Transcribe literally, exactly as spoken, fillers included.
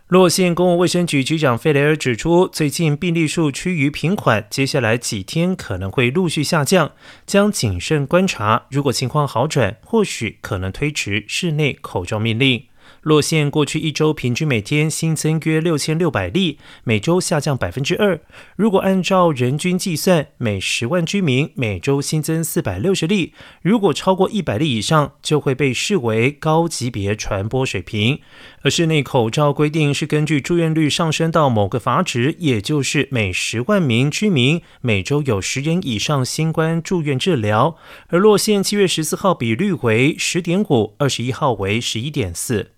洛县公共卫生局局长费雷尔指出，最近病例数趋于平缓，接下来几天可能会陆续下降，将谨慎观察，如果情况好转，或许可能推迟室内口罩命令。洛县过去一周平均每天新增约六千六百例，每周下降百分之二。如果按照人均计算，每十万居民每周新增四百六十例，如果超过一百例以上，就会被视为高级别传播水平。而室内口罩规定是根据住院率上升到某个阀值，也就是每十万名居民每周有十人以上新冠住院治疗。而洛县七月十四号比率为十点五，二十一号为十一点四。